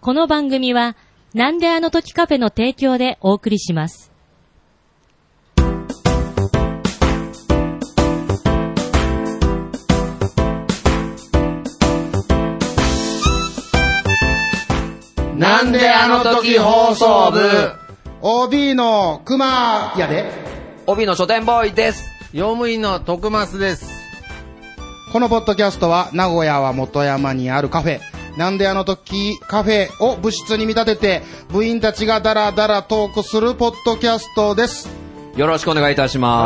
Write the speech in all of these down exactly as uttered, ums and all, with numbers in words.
この番組はなんであの時カフェの提供でお送りします。 なんであの時放送部オービー の熊やで、 帯の書店ボーイです。 用務員の徳増です。 このポッドキャストは名古屋は元山にあるカフェなんであの時カフェを部室に見立てて部員たちがダラダラトークするポッドキャストです。 よろしくお願いいたしお願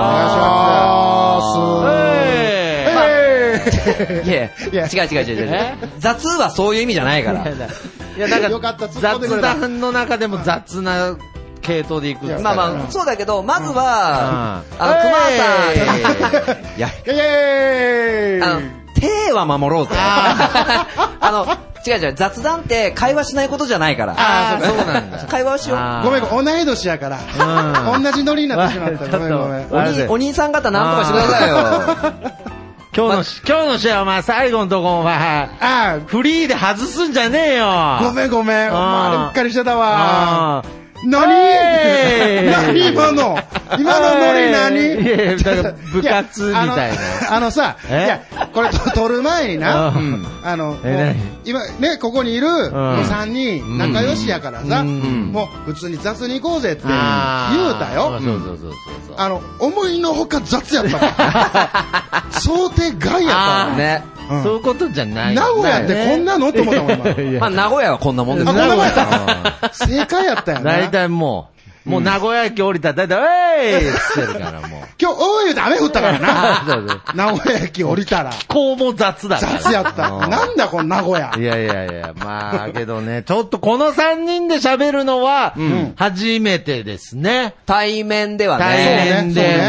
ます。 いします。 いや、違う違う違う違う。雑はそういう意味じゃないから。 いや、なんかよかった、突っ込んでくれた。 雑談の中でも雑な系統でいく。 まあまあ、そうだけど、まずは、あの、熊さん、いや、 イエーイ、 あの、手は守ろうぜ。あの、違う違う、雑談って会話しないことじゃないから。 ああ、そうなんだ。 会話をしよう。 ごめん、同い年やから。同じノリになってしまった。ごめんごめん。 お兄、お兄さん方なんとかしてくださいよ。 今日の、今日の試合はお前最後のとこお前、あフリーで外すんじゃねえよ。 ごめんごめん。お前うっかりしてたわ。何何今の今のノリ何いやいや、だから部活みたいな。 あのさ、いや、これ撮る前にな、あの、今ね、ここにいるさんにん仲良しやからさ、もう普通に雑に行こうぜって言うたよ。 そうそうそうそう。 あの、思いのほか雑やったわ。想定外やったわ。 ね。 そういうことじゃない。 名古屋ってこんなのって思ったもん今。 まあ名古屋はこんなもんです。 あ、こんなもんやった。正解やったよね。 大体もう、もう名古屋駅降りたら大体、ウェーイって言ってるからもう。 今日、おー言うて雨降ったからな。名古屋駅降りたら。 気候も雑だから。 雑やった。なんだこの名古屋。 いやいやいや、まあけどね、ちょっとこのさんにんで喋るのは、初めてですね。 対面ではね。 対面で。 そうね。 うん。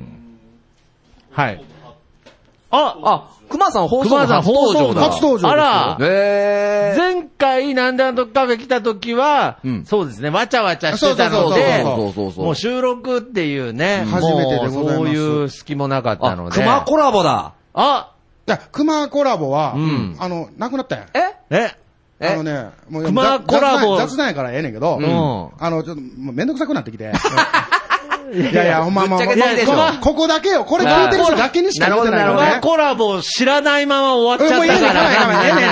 はい。 あ、あ、熊さん放送初登場だ。 初登場。 あら、 えー、 前回なんであのカフェ来た時は、うん、そうですね、わちゃわちゃしてたので、もう収録っていうね、 初めてでございます。 そういう隙もなかったので。 熊コラボだ。 あ、 いや、熊コラボは、うん、あの、なくなったやん。 ええあのね、もう熊コラボ雑談やからええねんけど、うん、あの、ちょっと、もうめんどくさくなってきて。いやいや、ほんまもう、ここだけよ。これ聞いてる人だけにしか言ってないからね。 熊コラボ知らないまま終わっちゃったから。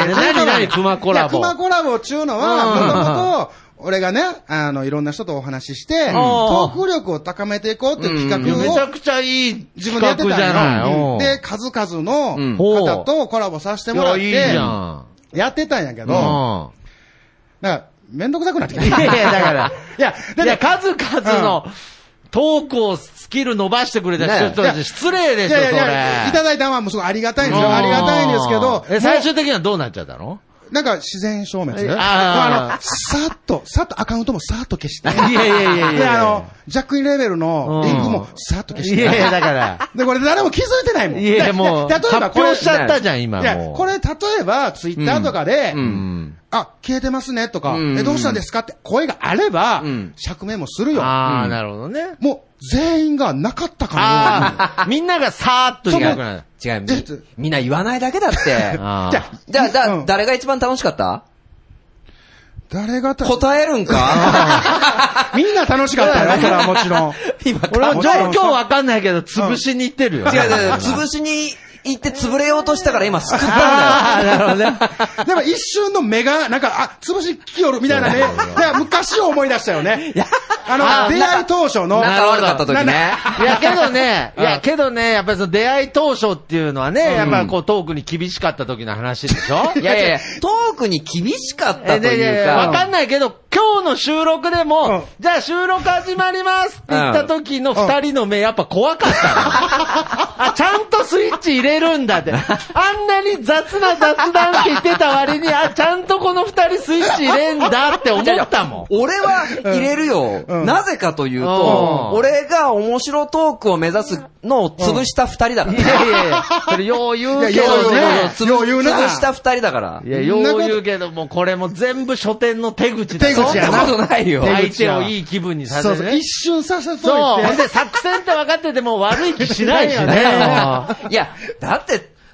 何何熊コラボ。 熊コラボっていうのは、もともと、俺がね、あの、いろんな人とお話しして、トーク力を高めていこうっていう企画を。 めちゃくちゃいい自分でやってたんよ。で、数々の方とコラボさせてもらって、やってたんやけど、だから、めんどくさくなってきた。 いやいや、だから、 いや、 いや、数々の、トークをスキル伸ばしてくれた人たち、失礼でしょ、それ。いただいたのはもうすごいありがたいんですよ。ありがたいんですけど。 え、最終的にはどうなっちゃったの？ なんか自然消滅。あの、さっと、さっとアカウントもさっと消して。 いやいやいやいや。 で、あの、ジャックインレベルのリンクもさっと消して。 いやいや、だから。 で、これ誰も気づいてないもん。 いやもう、例えばこれしちゃったじゃん、今もう。いや、 これ例えば、ツイッターとかで、あ、消えてますねとか、え、どうしたんですかって声があれば、釈明もするよ。 ああ、なるほどね。 もう、全員がなかったから。みんながさーっといなくなる。 違う、み、みんな言わないだけだって。じゃあ、じゃあ、誰が一番楽しかった？ 誰が答えるんかみんな楽しかったよ、それはもちろん。 今、俺も状況わかんないけど、潰しに行ってるよ。 違う違う、潰しに行って潰れようとしたから今救ったんだよ。ああ、なるほどね。 でも一瞬の目が、なんか、あ、潰しきよるみたいなね。昔を思い出したよね。あの、出会い当初の。 仲悪かった時ね。 いや、けどね、いや、けどね、やっぱりその出会い当初っていうのはね、やっぱこうトークに厳しかった時の話でしょ？ いやいや、トークに厳しかったというか。 わかんないけど、今日の収録でも、じゃあ収録始まりますって言った時の二人の目やっぱ怖かったの。あ、ちゃんとスイッチ入れるんだって。あんなに雑な雑談って言ってた割に、あ、ちゃんとこの二人スイッチ入れんだって思ったもん。 俺は入れるよ。なぜかというと、俺が面白トークを目指すのを潰した二人だから。 いやいやいや、それよう言うけどね。 潰した二人だから。 いや、よう言うけども、これも全部書店の手口だ。 手口やな。 そんなことないよ。 相手をいい気分にさせる。 そうそう、一瞬させといて。 そう。で、作戦って分かってても悪い気しないよね。 いや、だって、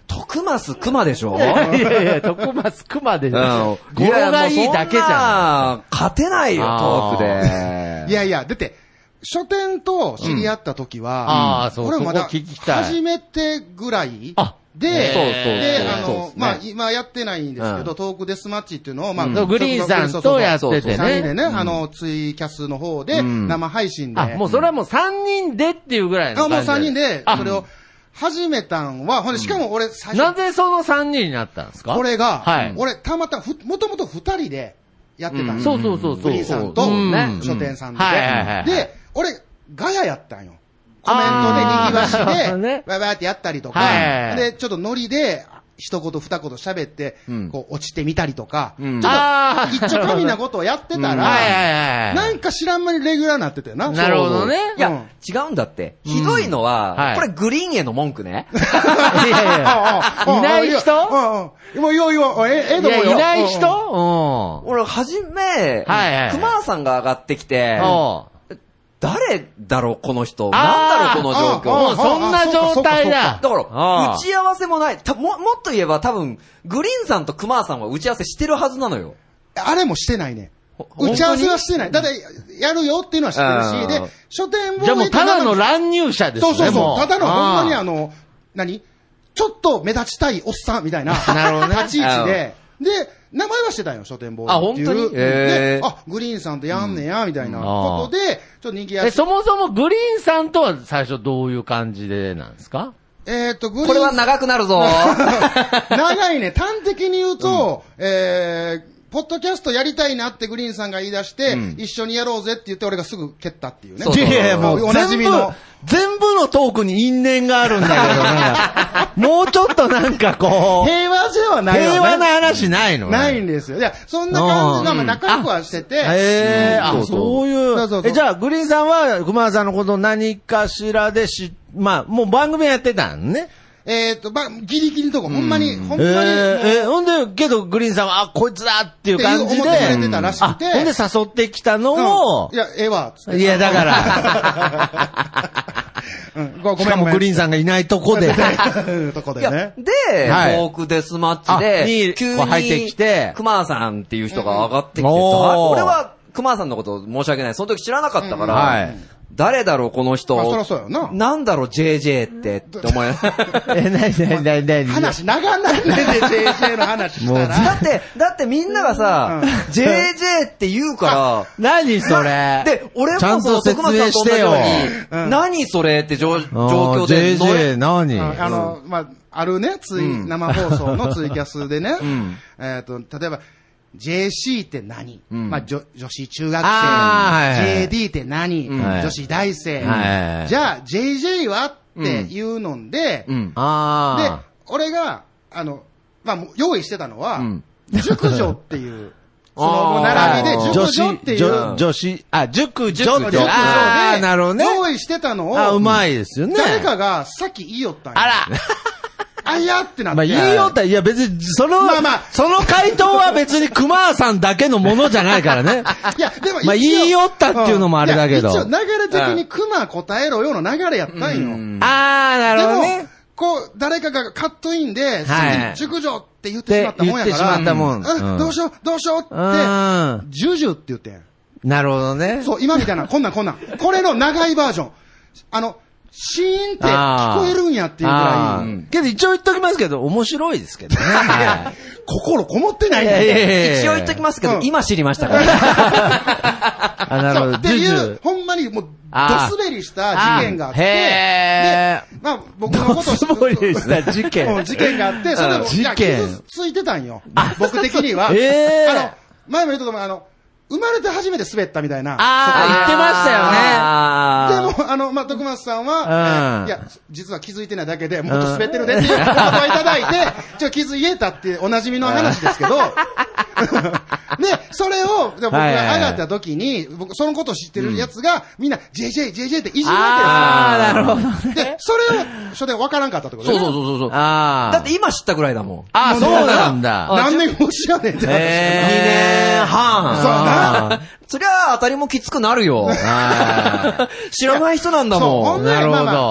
徳増熊でしょいやいや、徳増熊でしょ。語呂がいいだけじゃん。 勝てないよ、トークで。 いやいや、だって、書店と知り合った時は、 ああ、そう、 俺まだ、 聞きたい。 初めてぐらいあで、で、あの、まあ、 ね、 今やってないんですけど、うん、トークデスマッチっていうのを、まあ、 うん、グリーンさんとやっててね。 さんにんでね、うん、あの、ツイキャスの方で、生配信で、うん。 あ、もうそれはもうさんにんでっていうぐらいの感じで。 あ、もうさんにんで、それを始めたんは、ほんで、しかも俺最初、 なぜそのさんにんになったんですか？ これが、 はい、 俺、たまたま、もともとふたりでやってたんですよ。 そうそうそうそう。 グリーンさんと、ね、書店さんで。で、俺、ガヤやったんよ。コメントでにぎわしで、ね、バイバイってやったりとか、はい、で、ちょっとノリで、一言二言喋って、うん、こう、落ちてみたりとか、うん、ちょっと、一丁神なことをやってたら、うん、なんか知らん間にレギュラーになってたよな。 なるほどね。 いや、うん、違うんだって。ひどいのは、はい、これグリーンへの文句ね。 いやいや、いない人もう、いやいや、え、え、 どうよ。いない人俺、はじめ、熊さんが上がってきて、誰だろうこの人。なんだろうこの状況。 もうそんな状態だ。 だから、打ち合わせもない。たも、もっと言えば多分、グリーンさんとクマさんは打ち合わせしてるはずなのよ。 あれもしてないね。打ち合わせはしてない。だって、やるよっていうのは知ってるし、で、書店も。 じゃあもうただの乱入者ですね。 そうそうそう。ただのほんまにあの、何ちょっと目立ちたいおっさんみたいな。なるほどね。立ち位置で。で、名前はしてたよ、書店ボーイっていう。あ、本当にで、あ、グリーンさんとやんねや、みたいなことで、ちょっと人気やえ、そもそもグリーンさんとは最初どういう感じでなんですか？ えっと、グリーン。 これは長くなるぞ。 長いね。端的に言うと、えー、ポッドキャストやりたいなってグリーンさんが言い出して、うん、一緒にやろうぜって言って俺がすぐ蹴ったっていうね。 そうそうそういやいや、もうおなじみの。全部のトークに因縁があるんだけどね。もうちょっとなんかこう。 平和ではないよね。 平和な話ないのね。 ないんですよ。いや、そんな感じが、まあ仲良くはしてて。 ええー、あ、そういう。そうそうそうえ、じゃあ、グリーンさんは、熊田さんのこと何かしらでし、まあ、もう番組やってたんね。 えっと、まあ、ギリギリのとこ、ほんまに、ほんまに。えー、えー、ほんで、けど、グリーンさんは、あ、こいつだっていう感じで。思ってくれてたらしくて。ほんで、誘ってきたのを。 いや、ええわ、つって。 いや、だから。うん、ごめんしかもグリーンさんがいないとこで。 とこでね。 で、トークデスマッチで、 急に入ってきて、 熊さんっていう人が上がってきて、俺は熊さんのこと申し訳ない。その時知らなかったから、はい、誰だろうこの人。 まあ、そらそうよな。 なんだろう ジェージェー ってって思い。 え、なになになになに話長なんでね、ジェージェー の話したら。 だって、だってみんながさ、うん、ジェージェー って言うから。 何それで、俺もちゃんと説明してよ。 何それって状況で。ジェージェー 何あの、まあ、あるね、ツイ、生放送のツイキャスでね、えっと、例えば、ジェーシー って何、うん、まあ、女、女子中学生。はい、ジェーディー って何、うん、女子大生。はい、じゃあ、ジェージェー はっていうので、うん、で、俺が、あの、まあ、用意してたのは、うん、熟女っていう、その並びで熟女っていう。 女子、あ、熟女っていう。ああ、なるほどね。 用意してたのを、 あ、うまいですよね。 誰かがさっき言いよったんや。 あらあいやってなって。 まあ言いよった、いや別に、その、まあまあ、その回答は別に熊さんだけのものじゃないからね。 いや、でもまあ言いよったっていうのもあれだけど。 一応流れ的に熊答えろよの流れやったんよ。うん、 あー、なるほどね。 でも、こう、誰かがカットインで、はい、熟女って言ってしまったもんやから。言ってしまったもん。うん、どうしよう、どうしようって、ジュジュって言ってん。 なるほどね。 そう、今みたいな、こんなんこんなん。これの長いバージョン。あの、シーンって聞こえるんやっていうぐらい。うん、 けど一応言っときますけど、面白いですけどね。はい、 心こもってないんだよ。一応言っときますけど、うん、今知りましたから。 あ、なるほど。 っていう、ほんまにもう、ド滑りした事件があって、で、まあ僕のことを、 ド滑りした事件。 事件があって、それでも、 事件傷ついてたんよ。僕的には。えー、あの、前も言ったと思う、あの、生まれて初めて滑ったみたいな。 ああ、言ってましたよね。でも、あの、まあ、徳松さんは、うん、いや、実は気づいてないだけで、もっと滑ってるねっていう言葉いただいて、ちょ、気づいえたっておなじみの話ですけど、で、それを、僕が上がった時に、僕、そのことを知ってるやつが、みんな、ジェージェー、ジェージェー っていじるわけですよ。 ああ、なるほど、ね。 で、それを、初で分からんかったってことね。 そうそうそうそう。ああ。だって今知ったぐらいだもん。 ああ、そうなんだ。 何年越しやねんって話。 えー、にねんはん。そうな。そりゃ当たりもきつくなるよ。知らない人なんだもん。 なるほど。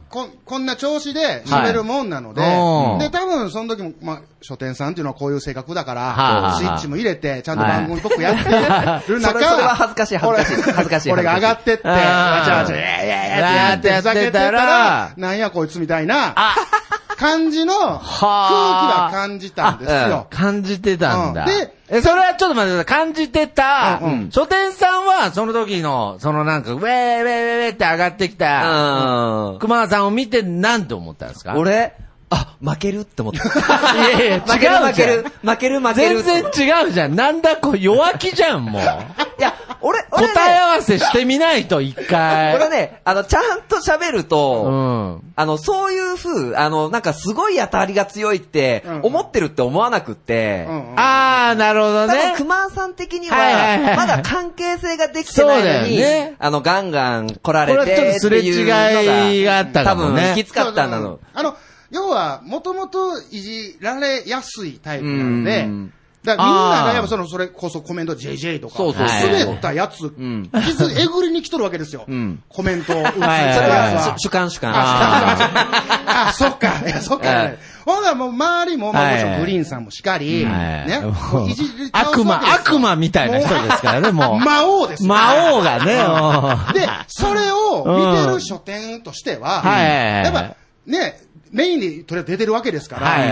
こ、こんな調子で喋るもんなので、 はい、 で、多分その時も、まあ、書店さんっていうのはこういう性格だから、 はあ、 スイッチも入れて、ちゃんと番組っぽくやってる中、 それは恥ずかしい、恥ずかしい、恥ずかしい。 俺が上がってって、わちゃわちゃ、いやいやいやってやって、ふざけてたら、なんやこいつみたいな、感じの空気は感じたんですよ。 感じてたんだ。 うん、で、 え、それはちょっと待ってください。感じてた、うんうん、書店さんは、その時の、そのなんか、ウェーウェーウェーって上がってきた、熊田さんを見て何て思ったんですか？ 俺、あ、負けるって思った。 いやいや、違う負ける負ける、負ける負ける。 全然違うじゃん。なんだこう、弱気じゃん、もう。 いや、俺、俺、ね、 答え合わせしてみないと、一回。 俺ね、あの、ちゃんと喋ると、 うん、 あの、そういう風、あの、なんかすごい当たりが強いって、思ってるって思わなくって、 うんうん、あー、なるほどね。 多分、熊さん的には、はいはいはい、まだ関係性ができてないのに、ね、あの、ガンガン来られて、 これちょっとすれ違いがあったかもね。 多分、引きつかったんだろう。 あの、要は、もともといじられやすいタイプなので、だからみんながやっぱその、それこそコメント ジェイジェイ とか、そうそう滑ったやつ、うん、傷えぐりに来とるわけですよ。うん、コメントを打つ。それは主観主観。 ああ、そっか。いや、そっか、ね。ほんならもう周りも、まあもちろんグリーンさんもしかり、ね。 いじり悪魔、悪魔みたいな人ですからね、もう。 魔王ですよ。 魔王がね。 で、それを見てる書店としては、やっぱ、ね、メインにとりあえず出てるわけですから、はい、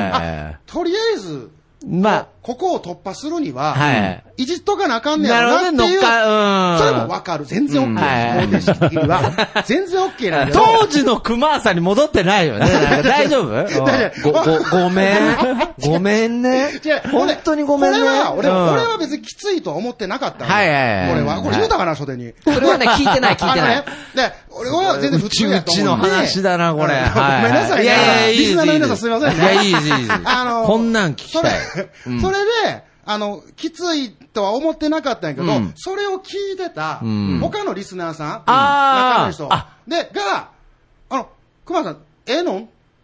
あとりあえず、まあ、ここを突破するには、はい、いじっとかなあかんねやろなっていう、うん、それもわかる。全然 OK です。方程式的には。全然 OK なんだけど。 当時の熊さんに戻ってないよね。大丈夫ご、ご、ごめん。ごめんね。本当にごめんね。 これは、俺は、俺は別にきついとは思ってなかったの。はいはいはい。これは、これ言うたかな、書店に。 それはね、聞いてない、聞いてない。 で、俺は全然普通やと思う。 うちの話だな、これ。 ごめんなさい。いやいや、リスナーの皆さんすみませんね。 いや、いいです、いいです。あの、こんなん聞きたい。 それで、あの、きついとは思ってなかったんやけど、うん、それを聞いてた、うん、他のリスナーさん、 あ中の人、で、が、あの、熊さん、ええのんって。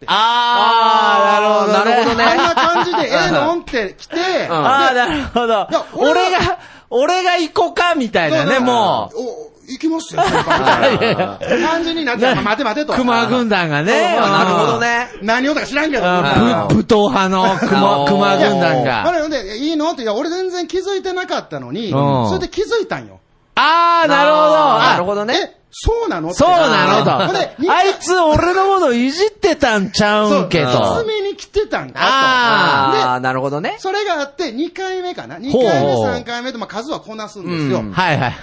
あー、なるほどね。 あんな感じでええのんって来て、 あー、なるほど。俺が、俺が行こうかみたいなね、もう。 行きますよ、先輩。感じになって、待て待てと。 熊軍団がね。 なるほどね。 何をだか知らんけど。 武闘派の熊、熊軍団が。 あれで、いいのって、いや、俺全然気づいてなかったのに、それで気づいたんよ。 あー、なるほど。 なるほどね。 え、そうなのそうなのと。あいつ俺のこといじってたんちゃうんけど。 そう、見に来てたんかと。 ああ、なるほどね。 それがあって、にかいめかな。にかいめ、さんかいめと、まあ、数はこなすんですよ。 はいはい。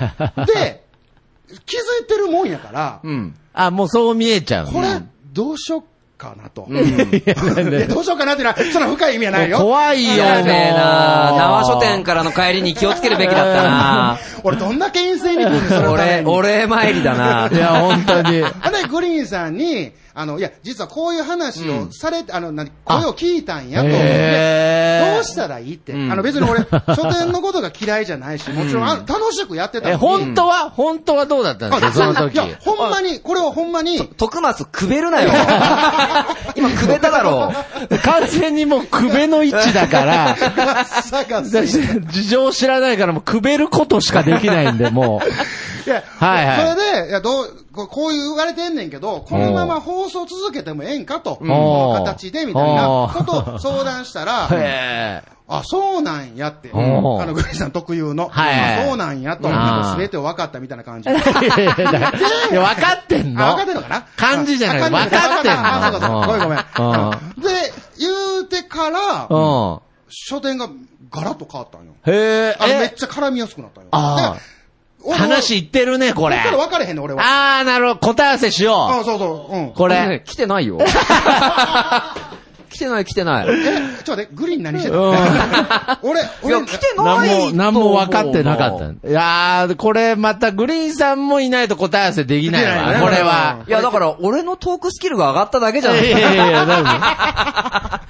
で、気づいてるもんやから、 うん。あ、もうそう見えちゃう。 これ、どうしよっかなと。うん、どうしようかなっていうのは、そんな深い意味はないよ。 怖いよ。やべえな。縄書店からの帰りに気をつけるべきだったな。 俺どんだけ遠征に行くんですか俺、俺参りだな。 いや、本当に。 あれ、グリーンさんに、あの、いや、実はこういう話をされて、うん、あの、何、声を聞いたんやと。どうしたらいいって。うん、あの、別に俺、書店のことが嫌いじゃないし、もちろん、あ楽しくやってたのに。え、 本当は本当はどうだったんですかその時。 いや、ほんまに、これはほんまに。 徳松くべるなよ。今くべただろう。完全にもうくべの位置だから。事情知らないからもうくべることしかできないんで、もう。 いや、はいはい。それで、いや、どう、こういう言われてんねんけど、このまま放送続けてもええんかと。この形で、みたいなことを相談したら、あ、そうなんやって。あの、グリーンさん特有の。はい。そうなんやと。すべてを分かったみたいな感じ。いや、 分かってんの分かってんのかな感じじゃない。分かってんのあ、そうかそうか。ごめんごめん。で、言うてから、書店がガラッと変わったんよ。 へえ。めっちゃ絡みやすくなったんよ。 ああ。話言ってるね、これ。 こっから分かれへんね、俺は。 あー、なるほど。答え合わせしよう。 あそうそう。うん。 これ。 来てないよ。来てない、来てない。 え、ちょっと待って、グリーン何してたの俺、俺、 いや、来てない。 何も、何も分かってなかった。いやー、これまたグリーンさんもいないと答え合わせできないわ、これは。 いや、だから、俺のトークスキルが上がっただけじゃない。いやいやいや、だから、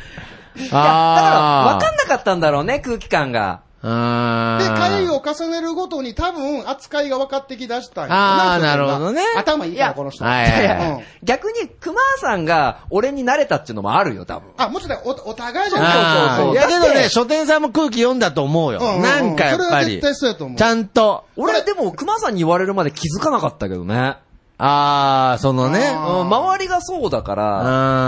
分かんなかったんだろうね、空気感が。 で、会を重ねるごとに多分扱いが分かってきだしたんやああ、なるほどね。 頭いいから、この人。 はい。逆に、熊さんが俺に慣れたっていうのもあるよ、多分。 あ、もちろん、お、お互いじゃない。そうそうそう。 いや、けどね、書店さんも空気読んだと思うよ。なんかやっぱり。 それは絶対そうやと思う。 ちゃんと。 俺、でも、熊さんに言われるまで気づかなかったけどね。 あー、そのね。 うん、周りがそうだから、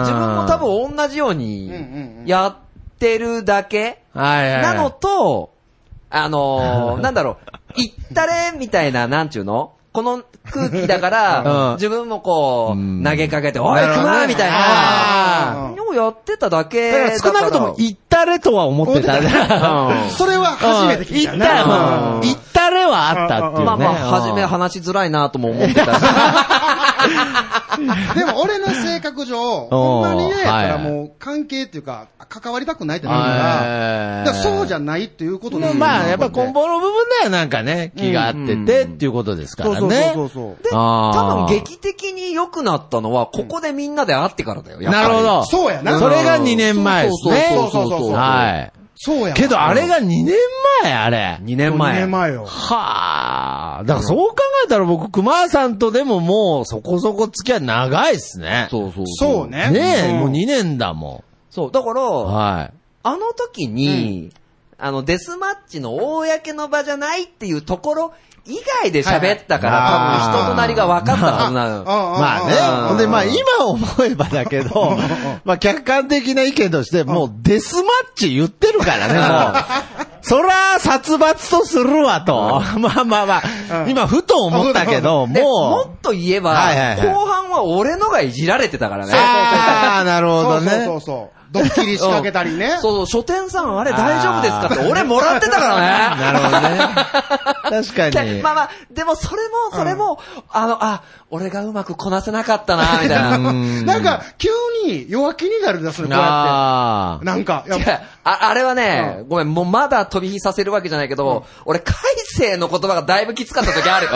自分も多分同じようにやってるだけなのと、あのー、なんだろう、言ったれみたいな、なんちゅうのこの空気だから、うん、自分もこう、投げかけて、おい、くまーみたいな、をやってただけだから。 少なくとも、言ったれとは思ってた。 それは初めて聞いたな。言ったれはあったっていうね。 まあまあ、初め話しづらいなとも思ってた。 でも俺の性格上、ほんまに嫌やったらもう関係っていうか、関わりたくないってなるから、だからそうじゃないっていうことですよ。 まあ、やっぱ根本の部分ではなんかね、気が合っててっていうことですからね。 そうそうそうそう。 で、多分劇的に良くなったのは、ここでみんなで会ってからだよ。 なるほど。 そうやな。 それがにねんまえですね。 そうそうそうそう。 はい。 そうや。 けどあれがにねんまえあれ。 にねんまえ。 にねんまえよ。 はあ。だからそう考えたら僕、熊さんとでももうそこそこ付き合い長いっすね。 そうそうそう。そうね。 ねえ、もうにねんだもん。 そう。だから、 はい。 あの時に、あの、デスマッチの公の場じゃないっていうところ、以外で喋ったから、はいはい、多分人となりが分かったはずなの。 まあね。ほんで、まあ今思えばだけど、まあ客観的な意見として、もうデスマッチ言ってるからね、もう。そら、殺伐とするわと。まあまあまあ、今ふと思ったけど、もう。 もっと言えば、はいはいはい、後半は俺のがいじられてたからね。 ああ、なるほどね。 そうそうそう。ドッキリ仕掛けたりね。 そう、書店さんあれ大丈夫ですかって俺もらってたからね。 なるほどね。確かに。 まあまあ、でもそれも、それも、うん、あの、あ、俺がうまくこなせなかったな、みたいな。 なんか、急に弱気になるんだ、それ、こうやって。なんか、 いやあ、あれはね、うん、ごめん、もうまだ飛び火させるわけじゃないけど、うん、俺、海星の言葉がだいぶきつかった時あるよ。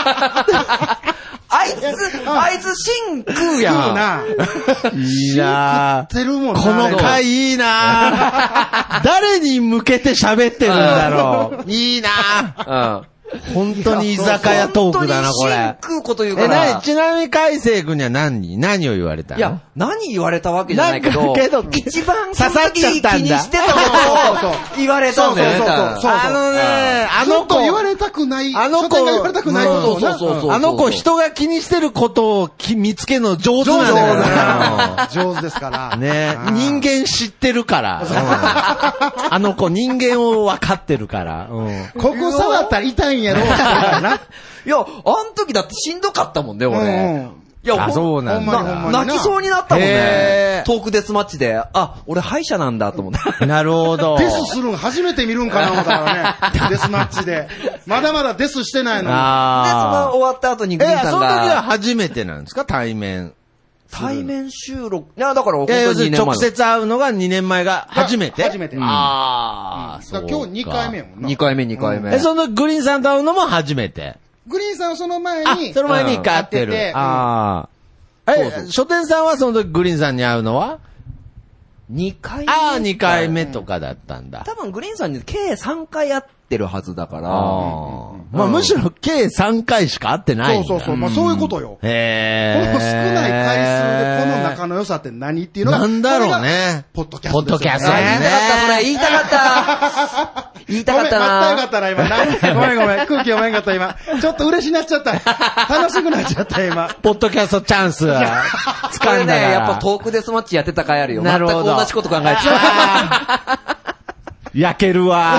あいつ、あいつ、真空やん。 いいなぁ。この回いいなぁ。誰に向けて喋ってるんだろう。いいなぁ。うん。本当に居酒屋トークだな、これ。 真空こと言うから。 え、な、ちなみに海星君には何、何を言われたの？ いや、何言われたわけじゃないけど、 けど一番その時気にしてたことを言われたんだよね。 そうそうそうそう。 あのね、あの子。 言われたくない。 あの子。 言われたくないことをそうそうそう。 あの子、人が気にしてることを見つけるの上手なんだよ。 上手ですから。 ね、人間知ってるから。あの子、人間を分かってるから。 ここ触ったら痛いんやろ。いや、あん時だってしんどかったもんね、俺。うん、いや、 あ、そうなんだ。 泣きそうになったもんね。トークデスマッチで、あ、俺歯医者なんだと思って。 なるほど。 デスするの初めて見るんかな思ったからね。デスマッチで。まだまだデスしてないのに。 あで、その終わった後にグリーンさんが。 え、その時は初めてなんですか？対面。 対面収録。いや、だから本当ににねんまえ。直接会うのがにねんまえが初めて？ 初めて。 ああ、そうか。 今日にかいめやもんな。 にかいめ、にかいめ。 え、そのグリーンさんと会うのも初めて？ グリーンさんはその前に。 その前に会ってる。ああ。え、書店さんはその時グリーンさんに会うのはにかいめ。 ああ、にかいめとかだったんだ。 多分グリーンさんに計さんかい会ってるはずだから。 まあむしろ計さんかいしか会ってないんだ。 そうそうそう。まあそういうことよ。 へえ。この少ない回数でこの仲の良さって何っていうのが。 なんだろうね。 ポッドキャスト。 ポッドキャストね。 言いたかった、それ。言いたかった。言いたかったな。 ごめん、よかったな、今。ごめんごめん。空気読めんかった、今。ちょっと嬉しなっちゃった。楽しくなっちゃった、今。 ポッドキャストチャンス。掴んだから。 ね、やっぱトークデスマッチやってた回あるよ。 なるほど。 全く同じこと考えてた。 焼けるわ。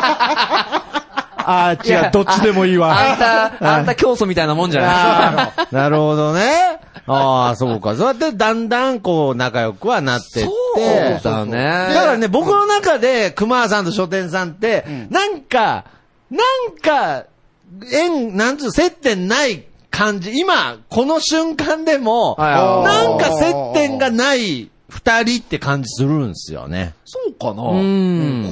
ああ、違う、どっちでもいいわ。 あんた、あんた教祖みたいなもんじゃないなるほどね。ああ、そうか。そうやってだんだんこう仲良くはなってって。 そうだね。 だからね、僕の中で熊さんと書店さんって、うん、なんか、なんか、縁、なんつう、接点ない感じ。今、この瞬間でも、なんか接点がない二人って感じするんですよね。 そうかなうん。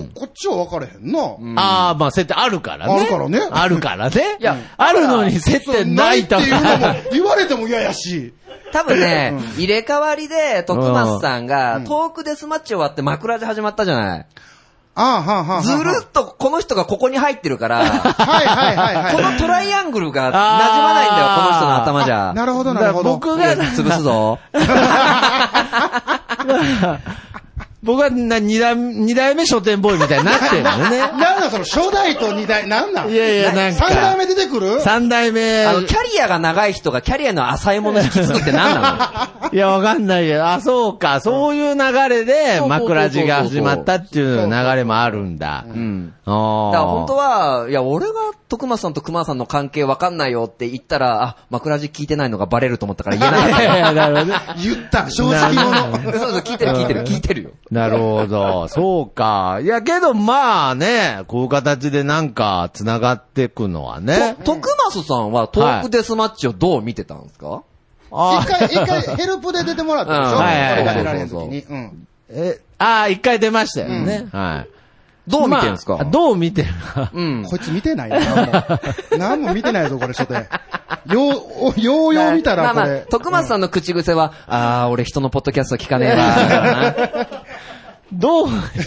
こ, こっちは分かれへんな。うん、 ああ、まあ接点あるからね。 あるからね。 あるからね。 いや、 あるのに接点ないとか。 ないっていうのも言われても嫌やし。 多分ね、うん、入れ替わりで、徳松さんが、トークデスマッチ終わって枕で始まったじゃない。 ああ、はあ、はあ。 ずるっとこの人がここに入ってるから、 はいはいはいはい。 このトライアングルが馴染まないんだよ、この人の頭じゃ。 なるほどなるほど。 僕が潰すぞ。 僕はな二代、二代目書店ボーイみたいになってるのね。 なんだその初代と二代、なんなんいやいや、なんか。 三代目出てくる三代目。 あの、キャリアが長い人がキャリアの浅いもの引き継ぐって何なのいや、わかんないけど、あ、そうか、そういう流れで、枕地が始まったっていう流れもあるんだ。 うん。だから本当は、いや、俺が徳松さんと熊さんの関係わかんないよって言ったら、あ、枕地聞いてないのがバレると思ったから言えない。いや、 なるほどね。言った、正直者。 そうそう、聞いてる聞いてる聞いてるよ。 なるほど。そうか。いや、けど、まあね、こういう形でなんか、繋がっていくのはね。 徳松さんはトークデスマッチをどう見てたんですか？ 一回、一回ヘルプで出てもらったでしょ？俺が出られる時に。 え、ああ、一回出ましたよね。はい。 どう見てるんですか？ どう見てるか。 うん。こいつ見てないな。何も見てないぞ、これ、書店。よう、ようよう見たら、これ。 徳松さんの口癖は、あー、俺人のポッドキャスト聞かねえわ。 どう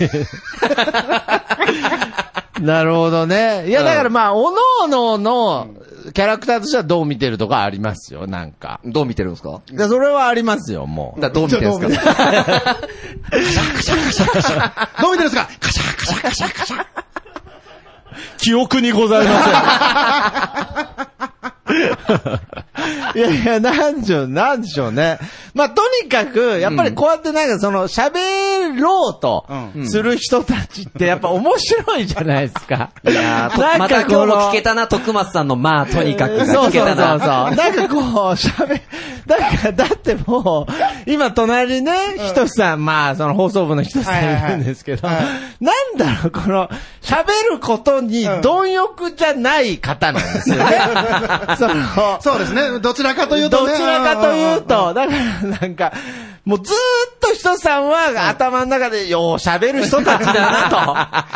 なるほどね。いや、だからまあ、おのおののキャラクターとしてはどう見てるとかありますよ、なんか。 どう見てるんですか？ いや、それはありますよ、もう。 だどう見てるんですか？カシャカシャカシャカシャ。どう見てるんですか？カシャカシャカシャカシャ。 記憶にございません。いやいや、なんでしょう、なんでしょうね。まあ、とにかく、やっぱりこうやってなんかその、喋ろうとする人たちってやっぱ面白いじゃないですか。 いやー、また今日も聞けたな、徳松さんの、まあ、とにかくが聞けたな。 そうそうそうそう。なんかこう、喋、だから、だってもう、今隣ね、ひとしさん、まあ、その放送部のひとしさんいるんですけど、なんだろう、この、喋ることに貪欲じゃない方なんですよね。 そのそうですね。どちらかというとね。どちらかというと、だからなんか、もうずーっと人さんは頭の中でよう喋る人たちだなと。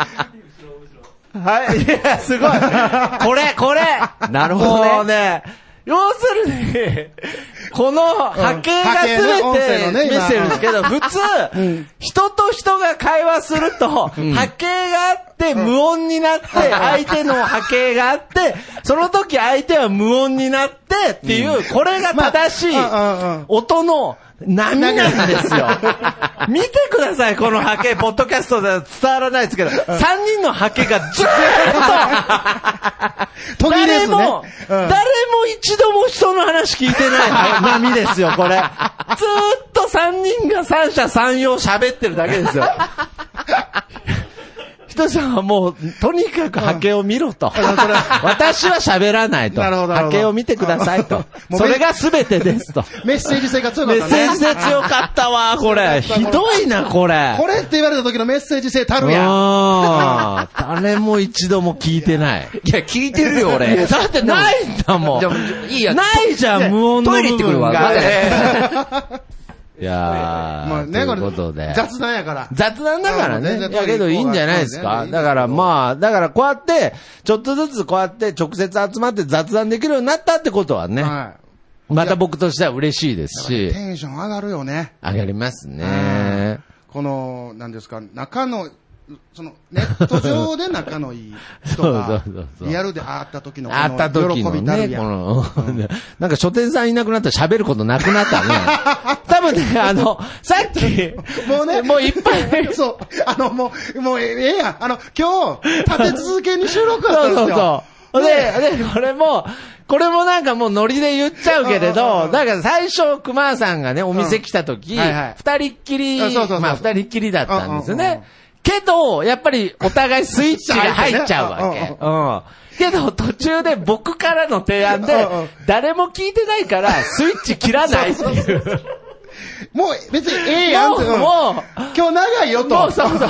はい。いや、すごい。これ、これ。 なるほどね。 もうね、要するに、この波形がすべて見せるんですけど、普通、人と人が会話すると、波形があって、無音になって、相手の波形があって、その時相手は無音になってっていう、これが正しい音の波なんですよ。見てください、この波形。ポッドキャストでは伝わらないですけど、さんにんの波形がずーっと、誰も、誰も一度も人の話聞いてない波ですよ、これ。ずーっとさんにんが三者三様喋ってるだけですよ。ひとさんはもう、とにかく波形を見ろと。私は喋らないと。波形を見てくださいと。それが全てですと。 メッセージ性が強かったね。 メッセージ性強かったわ、これ。ひどいな、これ。 これって言われた時のメッセージ性たるやん。 ああ、誰も一度も聞いてない。 いや、聞いてるよ、俺。 だってないんだもん。 いいや。 ないじゃん、無音の部分が。 トイレ行ってくるわ。 いやー、まあね、ということで。 雑談やから。 雑談だからね。いやけどいいんじゃないですか。だからまあ、だからこうやって、ちょっとずつこうやって直接集まって雑談できるようになったってことはね。はい。また僕としては嬉しいですし。 テンション上がるよね。 上がりますね。 この、なんですか、仲の、その、ネット上で仲のいい人が、リアルで会った時の、 会った時のね、この、なんか書店さんいなくなったら喋ることなくなったね。多分ね、あの、さっき、 もうね、 もういっぱい。 そう、あの、もう、もうええやん。あの、今日、立て続けに収録だったんですよ。そうそうそう。で、で、これも、これもなんかもうノリで言っちゃうけれど、だから最初、熊さんがね、お店来た時、二人っきり、まあ二人っきりだったんですよね。けど、やっぱりお互いスイッチが入っちゃうわけ。うん。けど、途中で僕からの提案で、誰も聞いてないから、スイッチ切らないっていう。 もう別にええやんって。もう、今日長いよと。 もうそうそうそう。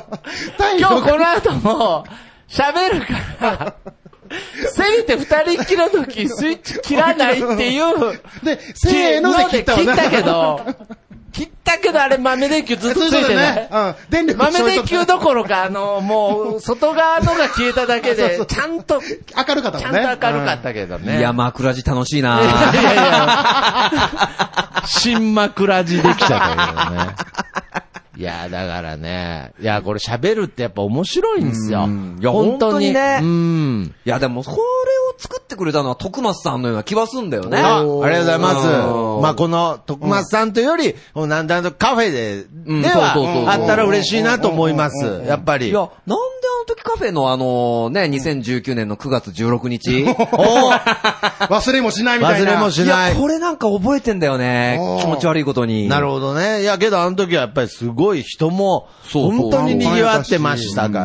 今日この後も、喋るから、せめて二人っきりの時スイッチ切らないっていう。 で、せーので切った切ったけど、切ったけどあれ豆電球ずっとついてない。うん。電力豆電球どころか、あの、もう、外側のが消えただけで、ちゃんと、 明るかったもんね。 ちゃんと明るかったけどね。 いや、枕地楽しいな。 いやいや、新枕地できちゃったけどね。いや、だからね。いや、これ喋るってやっぱ面白いんですよ。 いや、本当にね。 うん。 いや、でも、それを作ってくれたのは徳松さんのような気はすんだよね。 あ、ありがとうございます。まあ、この徳松さんというより、なんだんカフェで、では、あったら嬉しいなと思います。やっぱり。 いや、なんであの時カフェのあの、ね、にせんじゅうきゅうねんのくがつじゅうろくにち忘れもしないみたいな。 忘れもしない。 いや、これなんか覚えてんだよね。気持ち悪いことに。 なるほどね。いや、けどあの時はやっぱりすごい人も、本当に賑わってましたから、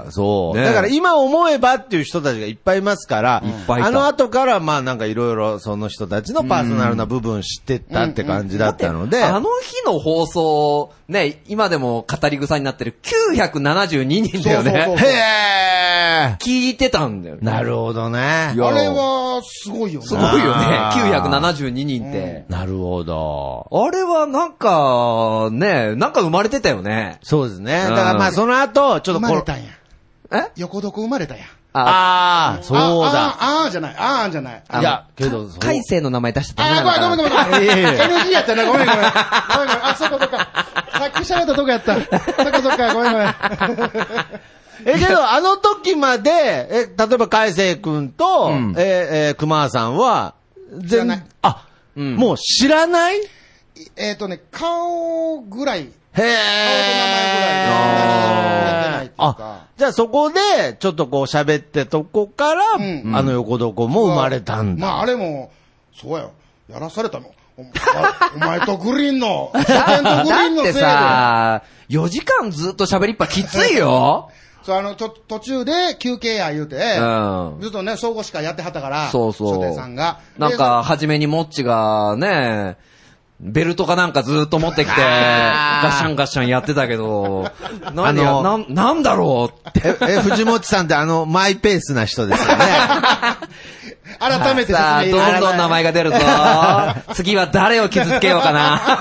そう。だから今思えばっていう人たちがいっぱいいますから、あの後からまあなんかいろいろその人たちのパーソナルな部分知ってったって感じだったので。 あの日の放送、ね、今でも語り草になってるきゅうひゃくななじゅうににんだよね。 そうそうそうそうへー。聞いてたんだよね。 なるほどね。 あれはすごいよね。 すごいよね。きゅうひゃくななじゅうににんって。 なるほど。 あれはなんか、ね、なんか生まれてたよね。 そうですね。だからまあその後、ちょっと生まれたんや。 え横床生まれたんや。 ああ、そうだ。 ああ、じゃない、ああじゃない。 いや、けど、 海星の名前出しちゃダメなのかな。 あ、ごめんごめんごめん。エヌジー やったな、ごめんごめん。ごめんごめん。あ、そこそこ。さっき喋ったとこやった。そこそこ、ごめんごめん。 え、けど、あの時まで、え、例えば海星くんと、うん、え、え、熊さんは、 全然、 あ、うん、もう知らない？ えっとね、顔ぐらい。 へー。顔と名前ぐらい。 あ、じゃあそこで、ちょっとこう喋ってとこから、うん、あの横床も生まれたんだ。 まあ、あれも、そうやよ。やらされたの。お, お前とグリーンの、初見とグリーンのせいで。 だってさ、よじかんずっと喋りっぱきついよ。 そう、あの、と、途中で休憩や言うて、うん、ずっとね、総合司会やってはったから、 そうそう。 書店さんが。 なんか、初めにモッチがね、ベルトかなんかずーっと持ってきて、ガシャンガシャンやってたけど、何や、な、なんだろうって。 え、藤本さんってあの、マイペースな人ですよね。 改めてさあ、どんどん名前が出るぞ。次は誰を傷つけようか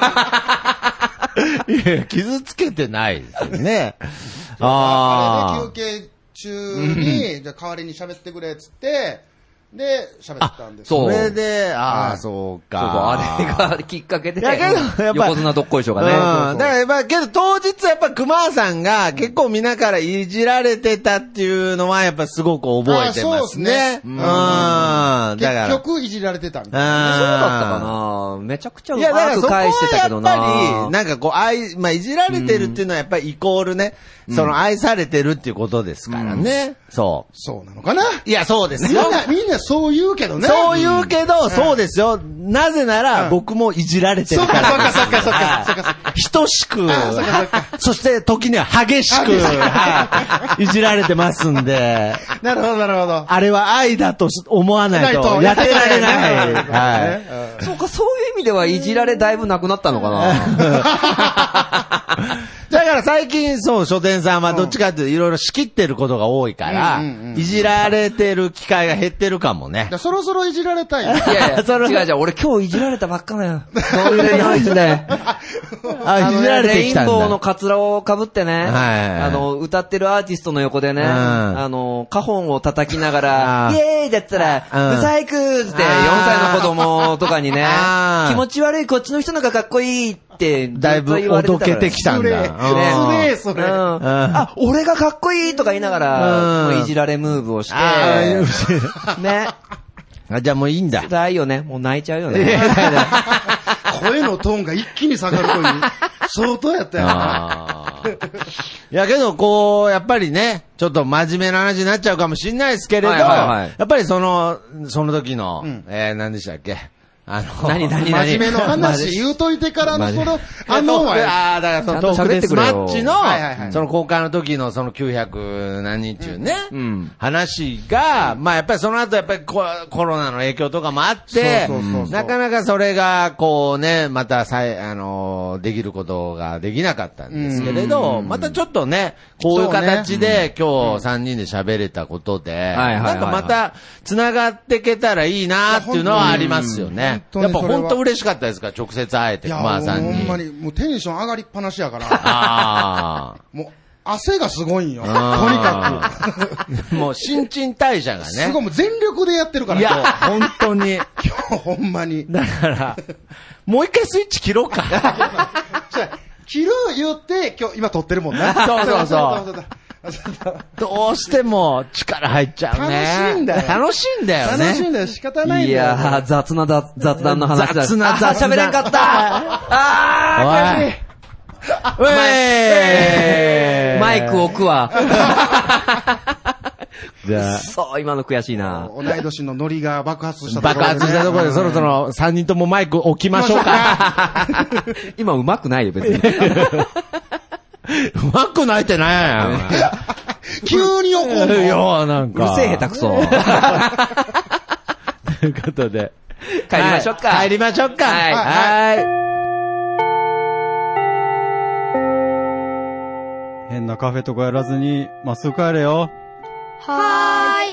な。 いや、傷つけてないですよね。 ああ。休憩中に、じゃあ代わりに喋ってくれっつって、で、喋ったんです。 それで、ああ、そうか。そうそう、 あれがきっかけで、 やけど、やっぱ横綱どっこいしょがね。 うん。だからやっぱ、けど当日やっぱ熊さんが結構みんなからいじられてたっていうのはやっぱすごく覚えてますね。そうですね。うん。だから。結局いじられてたみたいな。 そうだったかな。めちゃくちゃうまく返してたけどな。 やっぱり、なんかこう、愛、まあ、いじられてるっていうのはやっぱりイコールね、その愛されてるっていうことですからね。そう。 そうなのかな。 いや、そうですよ。 みんな、みんなそう言うけどね。 そう言うけど、そうですよ。なぜなら、僕もいじられてるから。 そっかそっかそっかそっか。 等しく、そして時には激しく、いじられてますんで。 なるほど、なるほど。 あれは愛だと思わないとやってられない。はい。 そうか、そういう意味ではいじられだいぶなくなったのかな。 だから最近、そう、書店さんはどっちかっていうといろいろ仕切ってることが多いから、いじられてる機会が減ってるかもね。 そろそろいじられたい。いやいや、それ違う違う、俺今日いじられたばっかだよ。そういうのいつね。あ、いじられてきたんだ。レインボーのカツラを被ってね、あの、歌ってるアーティストの横でね、あの、カホンを叩きながら、イエーイだったら、ブサイクーってよんさいの子供とかにね、気持ち悪いこっちの人のがかっこいいって、 だいぶおどけてきたんだ。 ね、ねそれ、うん。 あ、俺がかっこいいとか言いながら、うん、いじられムーブをして、ね。 あ、じゃあもういいんだ。 辛いよね。もう泣いちゃうよね。 声のトーンが一気に下がるという、相当やったよな。 いやけど、こう、やっぱりね、ちょっと真面目な話になっちゃうかもしれないですけれど、はいはいはい、やっぱりその、その時の、うん、えー、何でしたっけあの、 何何何真面目の話言うといてからのその、あの、 ああ、だからそのトークデスマッチの、その公開の時のそのきゅうひゃくなんにん中ね、うん、話が、まあやっぱりその後やっぱりコロナの影響とかもあって、なかなかそれがこうね、またさい、あの、できることができなかったんですけれど、またちょっとね、こういう形で今日さんにんで喋れたことで、なんかまた繋がっていけたらいいなっていうのはありますよね。やっぱ本当嬉しかったですか、直接会えて、熊さんに。 ほんまに、もうテンション上がりっぱなしやから。あもう、汗がすごいんよ。とにかく。もう、新陳代謝がね。 すごい、もう全力でやってるから、 いや、本当に。 今日、ほんまに。 だから、もう一回スイッチ切ろうか。 切る言って、今日、今撮ってるもんね。 そうそうそう。 どうしても力入っちゃうね。 楽しいんだよ。 楽しいんだよね。 楽しいんだよ。仕方ないんだよ。 いやー、雑なだ雑談の話だ。 雑な雑談。 喋れんかったあー、悔しい。 ウェーイマイク置くわ。 じゃあ。 そう、今の悔しいな。 同い年のノリが爆発したところで、ね。爆発したところでそろそろさんにんともマイク置きましょうか。 今上手くないよ、別に。 上手くないってなんや。 急に怒るの。 いや、なんか。 うるせえ下手くそ。 ということで。 帰りましょうか。 帰りましょうか。 はい。 はい。 変なカフェとかやらずに、まっすぐ帰れよ。 はーい。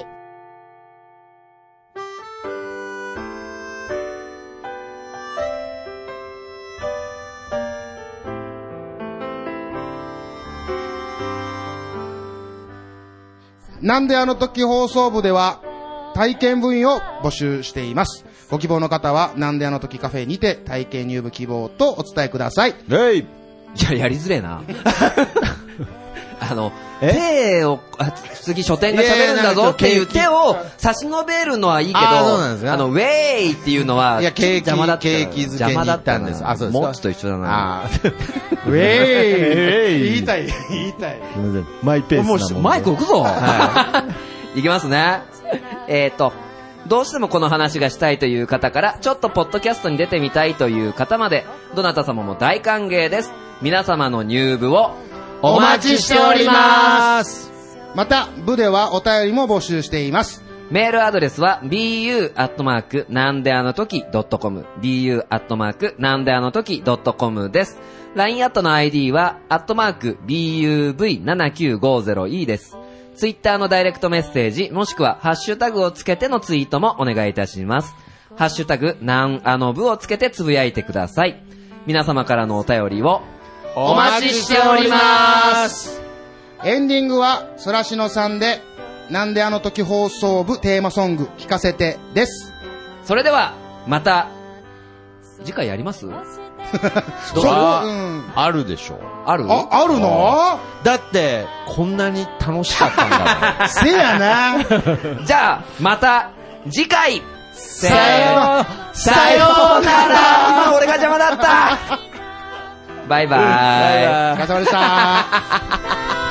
なんであの時放送部では体験部員を募集しています。ご希望の方はなんであの時カフェにて体験入部希望とお伝えください。 えい。 いや、やりづれえな。あの、手を、あ、次書店が喋るんだぞっていう手を差し伸べるのはいいけど、 あ、そうなんですか。 あの、ウェイっていうのは、 いや、ケーキ、 邪魔だった。 ケーキ漬けに行ったんです。あ、そうですか。 モッツと一緒だな。 あウェイ言いたい、言いたい。 すみません。マイペースなもんで。 もうマイク置くぞ。はい。いきますね。えっと、どうしてもこの話がしたいという方から、ちょっとポッドキャストに出てみたいという方まで、どなた様も大歓迎です。皆様の入部をお待ちしております。 また、部ではお便りも募集しています。 メールアドレスは ビーユー アットマーク なんであの時 .com ビーユー アットマーク なんであの時 .com です。ライン アットの アイディー はアットマーク ビーユーブイななきゅうごゼロイー です。ツイッターのダイレクトメッセージもしくはハッシュタグをつけてのツイートもお願いいたします。ハッシュタグなんあの部をつけてつぶやいてください。皆様からのお便りをお待ちしております。 エンディングはそらしのさんでなんであの時放送部テーマソング聞かせてです。 それではまた次回やります？ そう、うん、 あるでしょ。 ある？ あ、あるの？ だってこんなに楽しかったんだもん。 せやな。 じゃあまた次回。 さようさようなら。今俺が邪魔だった。バイバーイ。 お疲れ様でした。